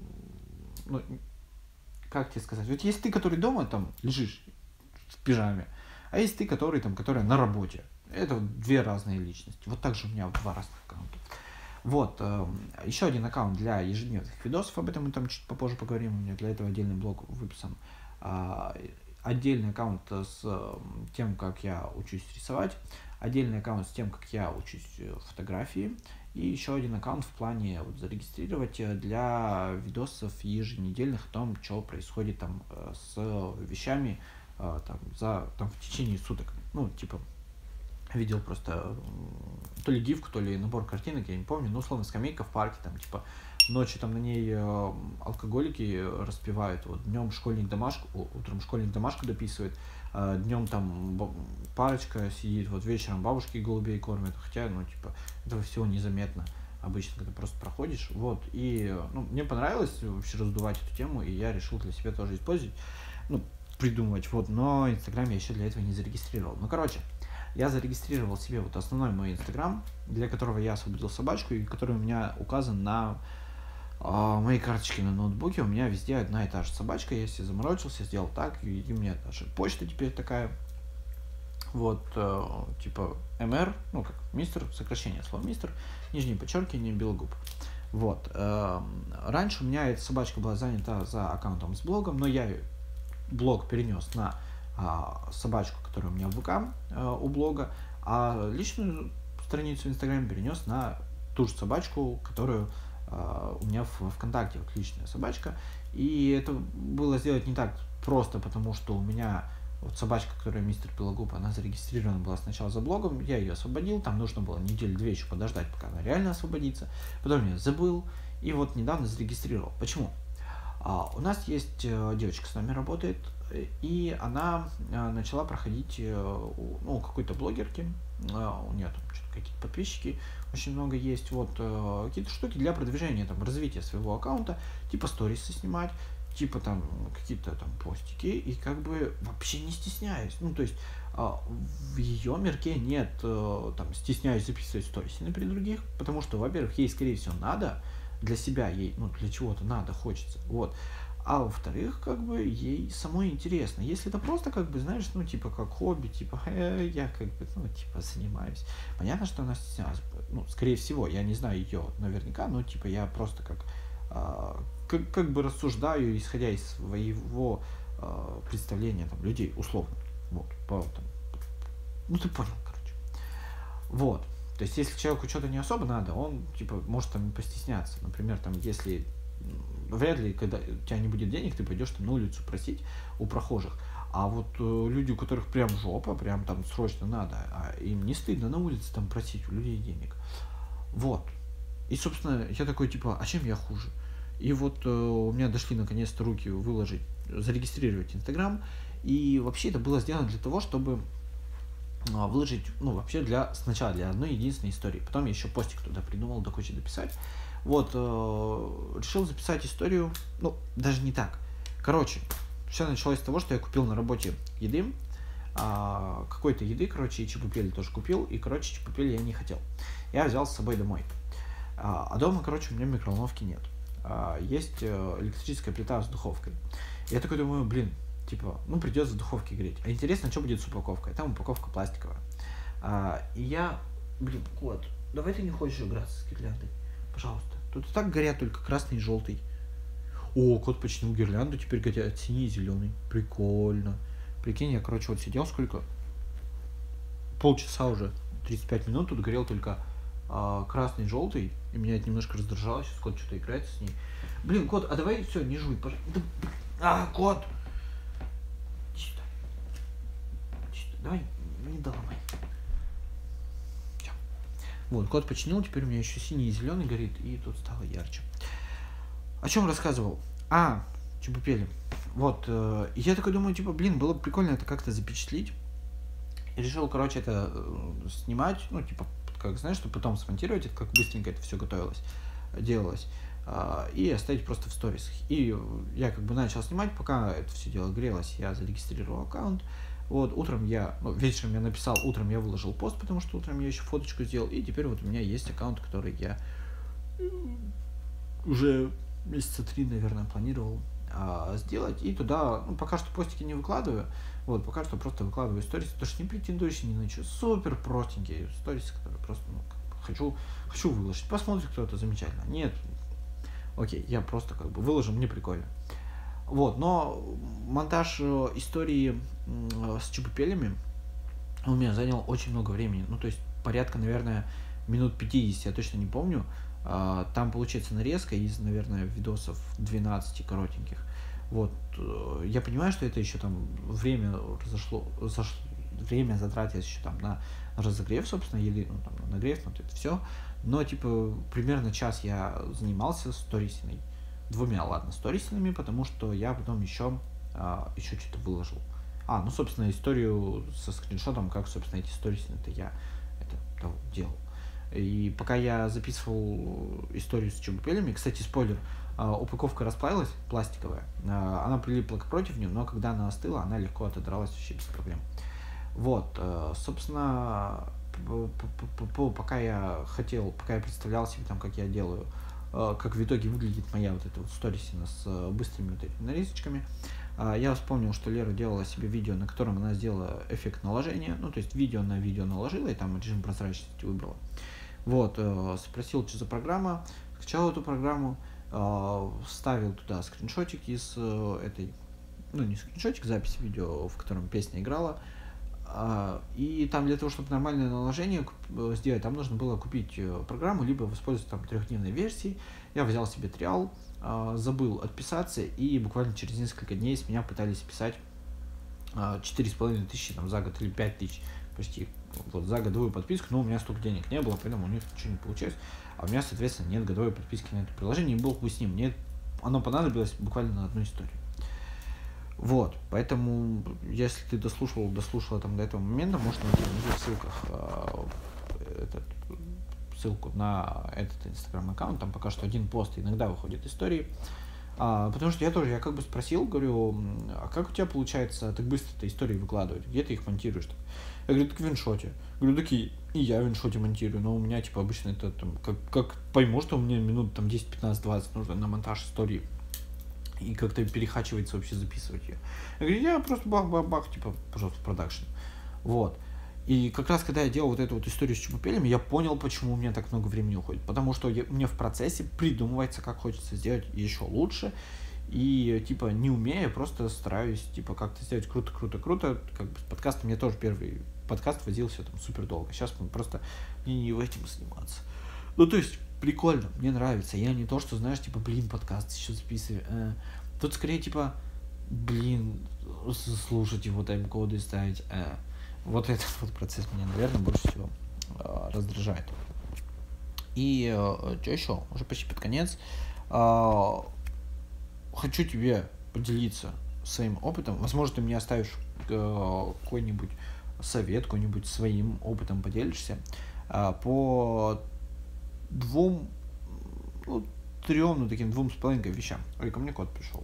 как тебе сказать, вот есть ты, который дома там лежишь в пижаме, а есть ты, которая на работе. Это вот две разные личности. Вот так же у меня 2 разных аккаунта. Вот, еще один аккаунт для ежедневных видосов, об этом мы там чуть попозже поговорим, у меня для этого отдельный блог выписан. Отдельный аккаунт с тем, как я учусь рисовать, отдельный аккаунт с тем, как я учусь фотографии, и еще один аккаунт в плане зарегистрировать для видосов еженедельных о том, что происходит там с вещами в течение суток. Видел просто то ли гифку, то ли набор картинок, я не помню, условно скамейка в парке, там, типа, ночью там на ней алкоголики распивают, вот днем школьник домашку, утром школьник домашку дописывает, днем там парочка сидит, вот вечером бабушки голубей кормят, хотя, этого всего незаметно обычно, когда просто проходишь, вот, и, мне понравилось вообще раздувать эту тему, и я решил для себя тоже использовать, придумывать, вот, но Инстаграм я еще для этого не зарегистрировал, я зарегистрировал себе вот основной мой Инстаграм, для которого я освободил собачку, и который у меня указан на моей карточке на ноутбуке. У меня везде одна и та же собачка, я себе заморочился, сделал так, и у меня даже почта теперь такая, вот, типа МР, как мистер, сокращение слова мистер, нижнее подчеркивание, Белогуб. Вот, раньше у меня эта собачка была занята за аккаунтом с блогом, но я блог перенес на собачку, которая у меня в ВК у блога, а личную страницу в Инстаграме перенес на ту же собачку, которую у меня в ВКонтакте вот личная собачка, и это было сделать не так просто, потому что у меня вот собачка, которая мистер Пилогуб, она зарегистрирована была сначала за блогом, я ее освободил, там нужно было неделю-две еще подождать, пока она реально освободится, потом я забыл, и вот недавно зарегистрировал. Почему? У нас есть девочка с нами работает, и она начала проходить у какой-то блогерки, у нее там какие-то подписчики очень много есть, вот какие-то штуки для продвижения, там, развития своего аккаунта, типа сторисы снимать, типа там какие-то там постики, и как бы вообще не стесняюсь. Ну, то есть в ее мирке нет там стесняюсь записывать сторисы при других, потому что, во-первых, ей, скорее всего, надо для себя, ей, ну, для чего-то надо, хочется, вот. А во-вторых, как бы ей самой интересно. Если это просто, как бы, знаешь, ну, типа, как хобби, типа, я, как бы, ну, типа, занимаюсь. Понятно, что она стеснялась. Ну, скорее всего, я не знаю ее наверняка, но, типа, я просто как бы рассуждаю, исходя из своего представления, там, людей, условно. Вот, там, ну, ты понял, короче. Вот. То есть, если человеку что-то не особо надо, он, типа, может там постесняться. Например, там, если вряд ли, когда у тебя не будет денег, ты пойдешь там на улицу просить у прохожих. А вот люди, у которых прям жопа, прям там срочно надо, им не стыдно на улице там просить у людей денег. Вот. И, собственно, я такой, типа, а чем я хуже? И вот у меня дошли наконец-то руки выложить, зарегистрировать Инстаграм. И вообще это было сделано для того, чтобы выложить, ну, вообще сначала для одной единственной истории. Потом я еще постик туда придумал, до кучи дописать. Вот, решил записать историю, ну, даже не так. Короче, все началось с того, что я купил на работе еды, какой-то еды, короче, и чебупели тоже купил, и, короче, чебупели я не хотел. Я взял с собой домой. А дома, короче, у меня микроволновки нет. Есть электрическая плита с духовкой. Я такой думаю, блин, типа, ну, придется в духовке греть. А интересно, что будет с упаковкой? Там упаковка пластиковая. И я, блин, кот, давай ты не хочешь играться с гирляндой? Пожалуйста. Тут и так горят только красный и желтый. О, кот починил гирлянду, теперь горят синий и зеленый. Прикольно. Прикинь, я, короче, вот сидел сколько? Полчаса уже, 35 минут, тут горел только красный и желтый. И меня это немножко раздражало, сейчас кот что-то играет с ней. Блин, кот, а давай все, не жуй, пожалуйста. Кот! Чисто. Давай, не доломай. Вот, кот починил, теперь у меня еще синий и зеленый горит, и тут стало ярче. О чем рассказывал? Чебупели. Вот, и я такой думаю, типа, блин, было бы прикольно это как-то запечатлить. И решил, короче, это снимать, ну, типа, как, знаешь, чтобы потом смонтировать, это как быстренько это все делалось, и оставить просто в сторисах. И я как бы начал снимать, пока это все дело грелось, я зарегистрировал аккаунт. Вот, вечером я написал, утром я выложил пост, потому что утром я еще фоточку сделал, и теперь вот у меня есть аккаунт, который я уже месяца 3, наверное, планировал сделать, и туда, ну, пока что постики не выкладываю, вот, пока что просто выкладываю сторисы, потому что не претендующие ни на что, супер простенькие сторисы, которые просто, ну, хочу выложить, посмотрит кто-то, замечательно, нет, окей, я просто как бы выложу, мне прикольно. Вот, но монтаж истории с чебупелями у меня занял очень много времени, ну, то есть порядка, наверное, минут 50, я точно не помню. Там получается нарезка из, наверное, видосов 12 коротеньких. Вот, я понимаю, что это еще там время время затратилось еще там на разогрев, собственно, еды, ну, там, на нагрев, вот это все. Но, типа, примерно час я занимался сторисиной. 2 сторисинами, потому что я потом еще что-то выложил. Ну, собственно, историю со скриншотом, как, собственно, эти сторисины-то я это делал. И пока я записывал историю с чебупелями, кстати, спойлер, упаковка расплавилась, пластиковая, она прилипла к противню, но когда она остыла, она легко отодралась вообще без проблем. Вот, собственно, пока я представлял себе, там, как я делаю, как в итоге выглядит моя вот эта вот сторисина с быстрыми вот этими нарезочками, я вспомнил, что Лера делала себе видео, на котором она сделала эффект наложения, ну, то есть видео на видео наложила и там режим прозрачности выбрала. Вот, спросил, что за программа, скачал эту программу, вставил туда скриншотик из этой, ну, не скриншотик, запись видео, в котором песня играла, И там для того, чтобы нормальное наложение сделать, там нужно было купить программу, либо воспользоваться там трехдневной версией. Я взял себе триал, забыл отписаться, и буквально через несколько дней с меня пытались писать 4500 там, за год или 5000 почти вот, за годовую подписку, но у меня столько денег не было, поэтому у них ничего не получилось. А у меня, соответственно, нет годовой подписки на это приложение, и бог бы с ним. Мне оно понадобилось буквально на одну историю. Вот, поэтому, если ты дослушала там до этого момента, можно найти внизу в ссылках ссылку на этот инстаграм-аккаунт, там пока что один пост, иногда выходят истории. Потому что я как бы спросил, говорю, а как у тебя получается так быстро-то истории выкладывать, где ты их монтируешь? Я говорю, так в виншоте. Говорю, такие, и я в виншоте монтирую, но у меня типа обычно это там, как пойму, что у меня минут там 10, 15, 20 нужно на монтаж истории и как-то перехачивается вообще записывать ее. Я говорю, я просто бах-бах-бах, типа, пожалуйста, в продакшн. Вот. И как раз, когда я делал вот эту вот историю с чупупелями, я понял, почему у меня так много времени уходит. Потому что мне в процессе придумывается, как хочется сделать еще лучше. И, типа, не умея, просто стараюсь, типа, как-то сделать круто. Как бы с подкастом я тоже первый подкаст возился там супер долго. Сейчас мы просто не в этим заниматься. Ну, то есть, прикольно, мне нравится. Я не то, что, знаешь, типа, подкаст еще записываю. Тут скорее, типа, слушать его тайм-коды, ставить. Вот этот вот процесс меня, наверное, больше всего раздражает. И что еще? Уже почти под конец. Хочу тебе поделиться своим опытом. Возможно, ты мне оставишь какой-нибудь совет, какой-нибудь своим опытом поделишься. По двум, трем, таким 2,5 вещам. Ой, ко мне код пришел.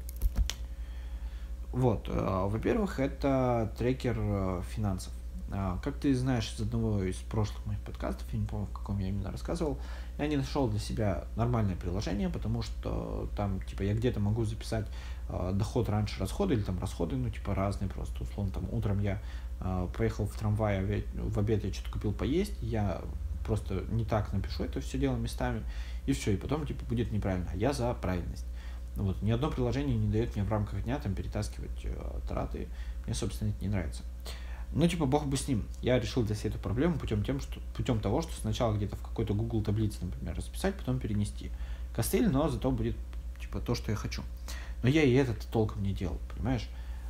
Вот, во-первых, это трекер финансов. Как ты знаешь из одного из прошлых моих подкастов, я не помню, в каком я именно рассказывал, я не нашел для себя нормальное приложение, потому что там, типа, я где-то могу записать доход раньше расходы, или там расходы, разные просто, условно, там, утром я поехал в трамвае, в обед я что-то купил поесть, я просто не так напишу это все дело местами, и все, и потом, типа, будет неправильно, а я за правильность. Вот, ни одно приложение не дает мне в рамках дня там перетаскивать траты, мне, собственно, это не нравится. Бог бы с ним. Я решил для себя эту проблему путем того, что сначала где-то в какой-то Google таблице, например, расписать, потом перенести костыль, но зато будет типа то, что я хочу. Но я и это толком не делал, понимаешь?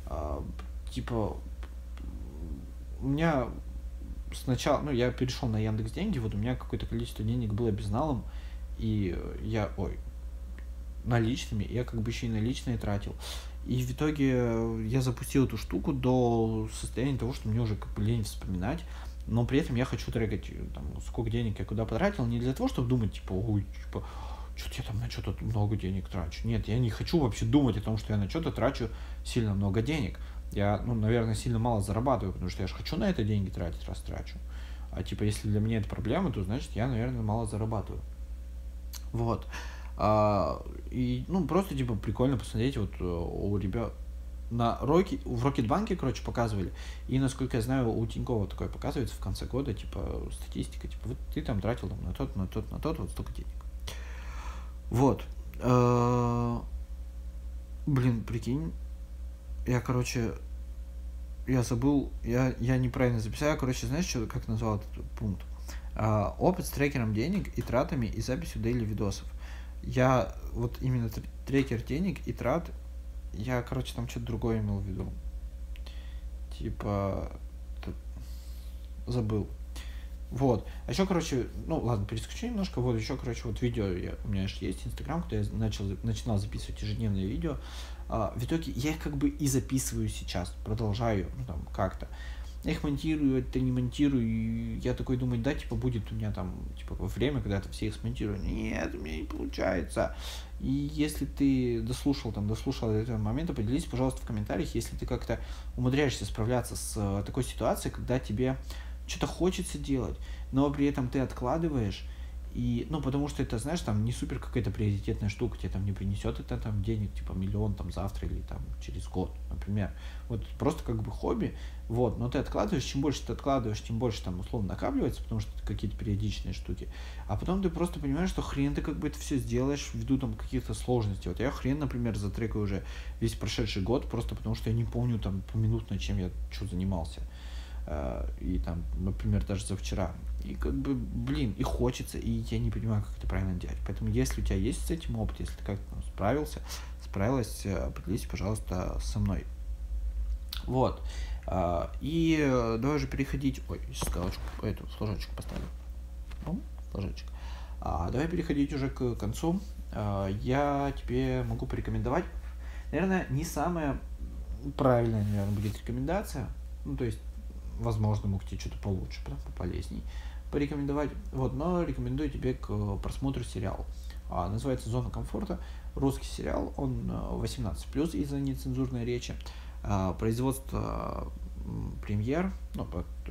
У меня сначала, я перешел на Яндекс.Деньги, вот у меня какое-то количество денег было безналом, и наличными, я как бы еще и наличные тратил. И в итоге я запустил эту штуку до состояния того, что мне уже как бы лень вспоминать, но при этом я хочу трекать, там, сколько денег я куда потратил, не для того, чтобы думать, что-то я там на что-то много денег трачу. Нет, я не хочу вообще думать о том, что я на что-то трачу сильно много денег. Я, наверное, сильно мало зарабатываю, потому что я же хочу на это деньги тратить, раз трачу. А если для меня это проблема, то значит я, наверное, мало зарабатываю. Вот. И, просто, прикольно посмотреть, вот у ребят в Рокетбанке, показывали, и, насколько я знаю, у Тинькова такое показывается в конце года, статистика, вот ты там тратил там, на тот, вот столько денег. Вот. Прикинь, я забыл, я неправильно записал, знаешь, как назвал этот пункт? Опыт с трекером денег и тратами и записью дейли видосов. Я вот именно трекер денег и трат, я, там что-то другое имел в виду. Забыл. Вот. А еще, ладно, перескочу немножко. Вот еще, вот видео, у меня же есть Инстаграм, куда я начинал записывать ежедневные видео. В итоге я их как бы и записываю сейчас, продолжаю, как-то. Я их монтирую, это не монтирую, и я такой думаю, будет у меня там, время, когда я все их смонтирую. Нет, у меня не получается. И если ты дослушал до этого момента, поделись, пожалуйста, в комментариях, если ты как-то умудряешься справляться с такой ситуацией, когда тебе что-то хочется делать, но при этом ты откладываешь, и, потому что это, знаешь, там не супер какая-то приоритетная штука, тебе там не принесет это там денег, миллион там завтра или там через год, например. Вот просто как бы хобби, вот, но ты откладываешь, чем больше ты откладываешь, тем больше там условно накапливается, потому что это какие-то периодичные штуки, а потом ты просто понимаешь, что хрен ты как бы это все сделаешь ввиду там каких-то сложностей. Вот я хрен, например, затрекаю уже весь прошедший год, просто потому что я не помню там поминутно, чем я что занимался. и там, например, даже за вчера. И как бы, блин, и хочется, и я не понимаю, как это правильно делать. Поэтому, если у тебя есть с этим опыт, если ты как-то справилась, поделись, пожалуйста, со мной. Вот. И давай уже переходить... Ой, сейчас галочку, эту флажочку поставлю. Флажочек. Давай переходить уже к концу. Я тебе могу порекомендовать, наверное, не самая правильная, наверное, будет рекомендация. Ну, то есть, возможно, мог тебе что-то получше, пополезней порекомендовать. Вот, но рекомендую тебе к просмотру сериала. Называется «Зона комфорта». Русский сериал, он 18+, из-за нецензурной речи. Производство премьер, ну,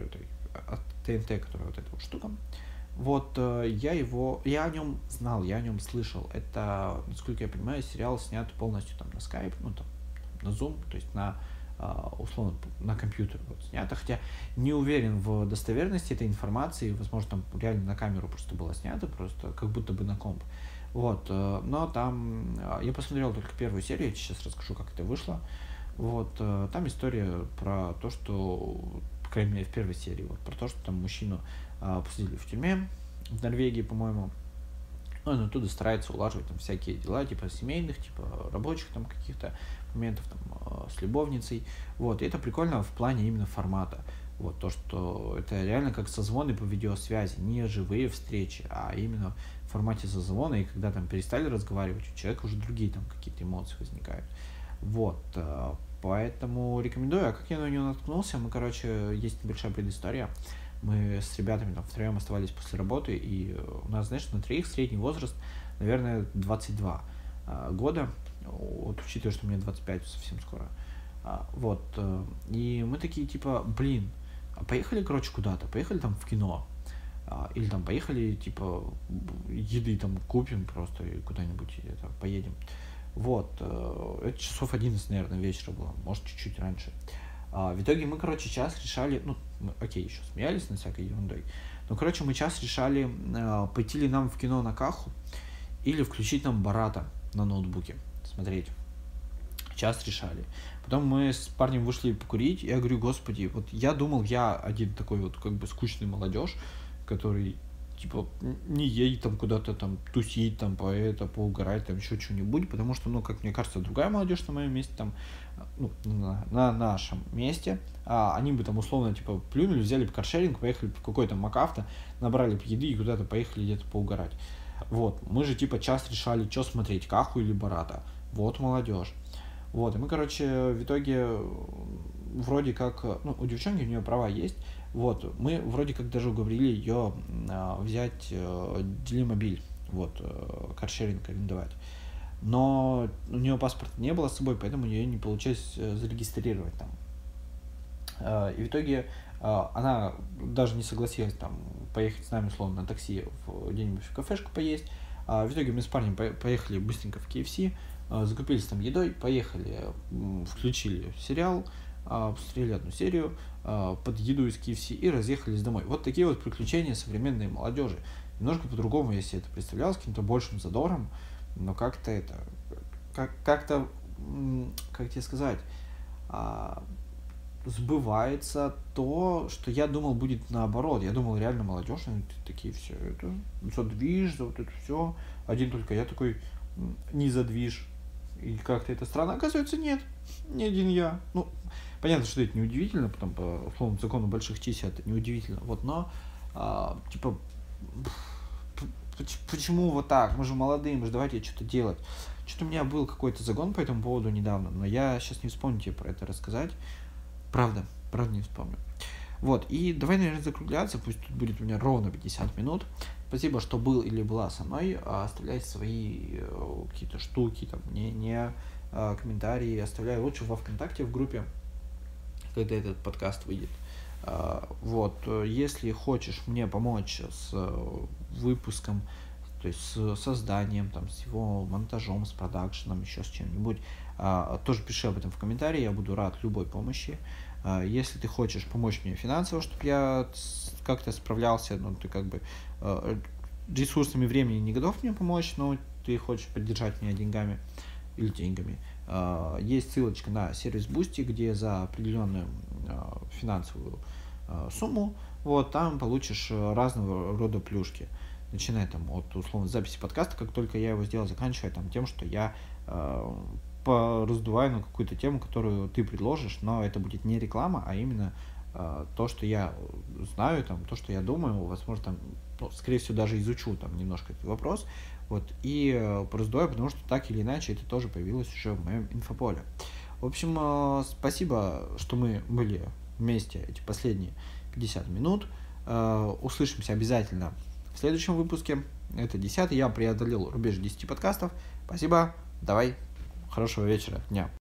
от ТНТ, которая вот эта вот штука. Вот, я о нем знал, я о нем слышал. Это, насколько я понимаю, сериал снят полностью там на Skype, ну, там, на Zoom, то есть на, условно, на компьютер вот снято. Хотя не уверен в достоверности этой информации, возможно, там реально на камеру просто было снято, просто как будто бы на комп. Вот, но там, я посмотрел только первую серию, я сейчас расскажу, как это вышло. Вот, там история про то, что, по крайней мере, в первой серии, вот, про то, что там мужчину посадили в тюрьме, в Норвегии, по-моему. Он оттуда старается улаживать там всякие дела, типа семейных, типа рабочих там каких-то моментов, там, с любовницей. Вот, и это прикольно в плане именно формата. Вот, то, что это реально как созвоны по видеосвязи, не живые встречи, а именно в формате созвона, и когда там перестали разговаривать, у человека уже другие там какие-то эмоции возникают. Вот, поэтому рекомендую. А как я на него наткнулся? Мы, короче, есть небольшая предыстория. Мы с ребятами там втроем оставались после работы, и у нас, знаешь, на троих средний возраст, наверное, 22 года, вот, учитывая, что мне 25 совсем скоро. Вот, и мы такие, типа, блин, поехали, короче, куда-то, поехали там в кино, или там поехали, типа, еды там купим просто и куда-нибудь это, поедем. Вот, это часов 11, наверное, вечера было, может, чуть-чуть раньше. В итоге мы, короче, час решали, ну, окей, еще смеялись над всякой ерундой, но, короче, мы час решали, пойти ли нам в кино на Каху или включить нам Барата на ноутбуке, смотреть. Час решали. Потом мы с парнем вышли покурить, и я говорю, господи, вот я думал, я один такой вот, как бы, скучный молодежь, который, типа, не едет там куда-то там тусить, там, поугарать, там, еще что-нибудь, потому что, ну, как мне кажется, другая молодежь на моем месте, там, ну, на нашем месте, они бы там, условно, типа, плюнули, взяли бы каршеринг, поехали в какой-то МакАвто, набрали бы еды и куда-то поехали где-то поугарать. Вот, мы же, типа, час решали, что смотреть, Каху или Барата. Вот молодежь. Вот, и мы, короче, в итоге вроде как, ну, у девчонки у нее права есть, вот, мы вроде как даже уговорили ее взять Делимобиль, вот, каршеринг арендовать. Но у нее паспорта не было с собой, поэтому ее не получилось зарегистрировать там. И в итоге она даже не согласилась там поехать с нами, условно, на такси где-нибудь в кафешку поесть. В итоге мы с парнем поехали быстренько в KFC, закупились там едой, поехали, включили сериал, посмотрели одну серию под еду из KFC и разъехались домой. Вот такие вот приключения современной молодежи. Немножко по-другому я себе это представлял, с каким-то большим задором, но как-то это, как-то, как тебе сказать, сбывается то, что я думал будет наоборот. Я думал, реально молодежь, они такие все это, задвиж, за вот это все. Один только я такой не задвиж. И как-то это странно. Оказывается, нет, не один я. Ну, понятно, что это неудивительно, потом по условному закону больших чисел это неудивительно. Вот, но, типа, почему вот так? Мы же молодые, мы же давайте что-то делать. Что-то у меня был какой-то загон по этому поводу недавно, но я сейчас не вспомню тебе про это рассказать. Правда не вспомню. Вот, и давай, наверное, закругляться, пусть тут будет у меня ровно 50 минут. Спасибо, что был или была со мной. Оставляйте свои какие-то штуки, там, не комментарии, оставляй лучше во ВКонтакте в группе, когда этот подкаст выйдет. Вот, если хочешь мне помочь с выпуском, то есть с созданием, там, с его монтажом, с продакшеном, еще с чем-нибудь, тоже пиши об этом в комментарии, я буду рад любой помощи. Если ты хочешь помочь мне финансово, чтобы я как-то справлялся, ну, ты как бы ресурсами времени не готов мне помочь, но ты хочешь поддержать меня деньгами или деньгами, есть ссылочка на сервис Boosty, где за определенную финансовую сумму, вот, там получишь разного рода плюшки. Начиная там от условно записи подкаста, как только я его сделал, заканчивая там тем, что я пораздуваю на какую-то тему, которую ты предложишь, но это будет не реклама, а именно то, что я знаю, там, то, что я думаю, возможно, там, ну, скорее всего, даже изучу там немножко этот вопрос, вот, и пораздуваю, потому что так или иначе это тоже появилось уже в моем инфополе. В общем, спасибо, что мы были вместе эти последние 50 минут. Услышимся обязательно в следующем выпуске. Это 10-й. Я преодолел рубеж 10 подкастов. Спасибо. Давай. Хорошего вечера, дня.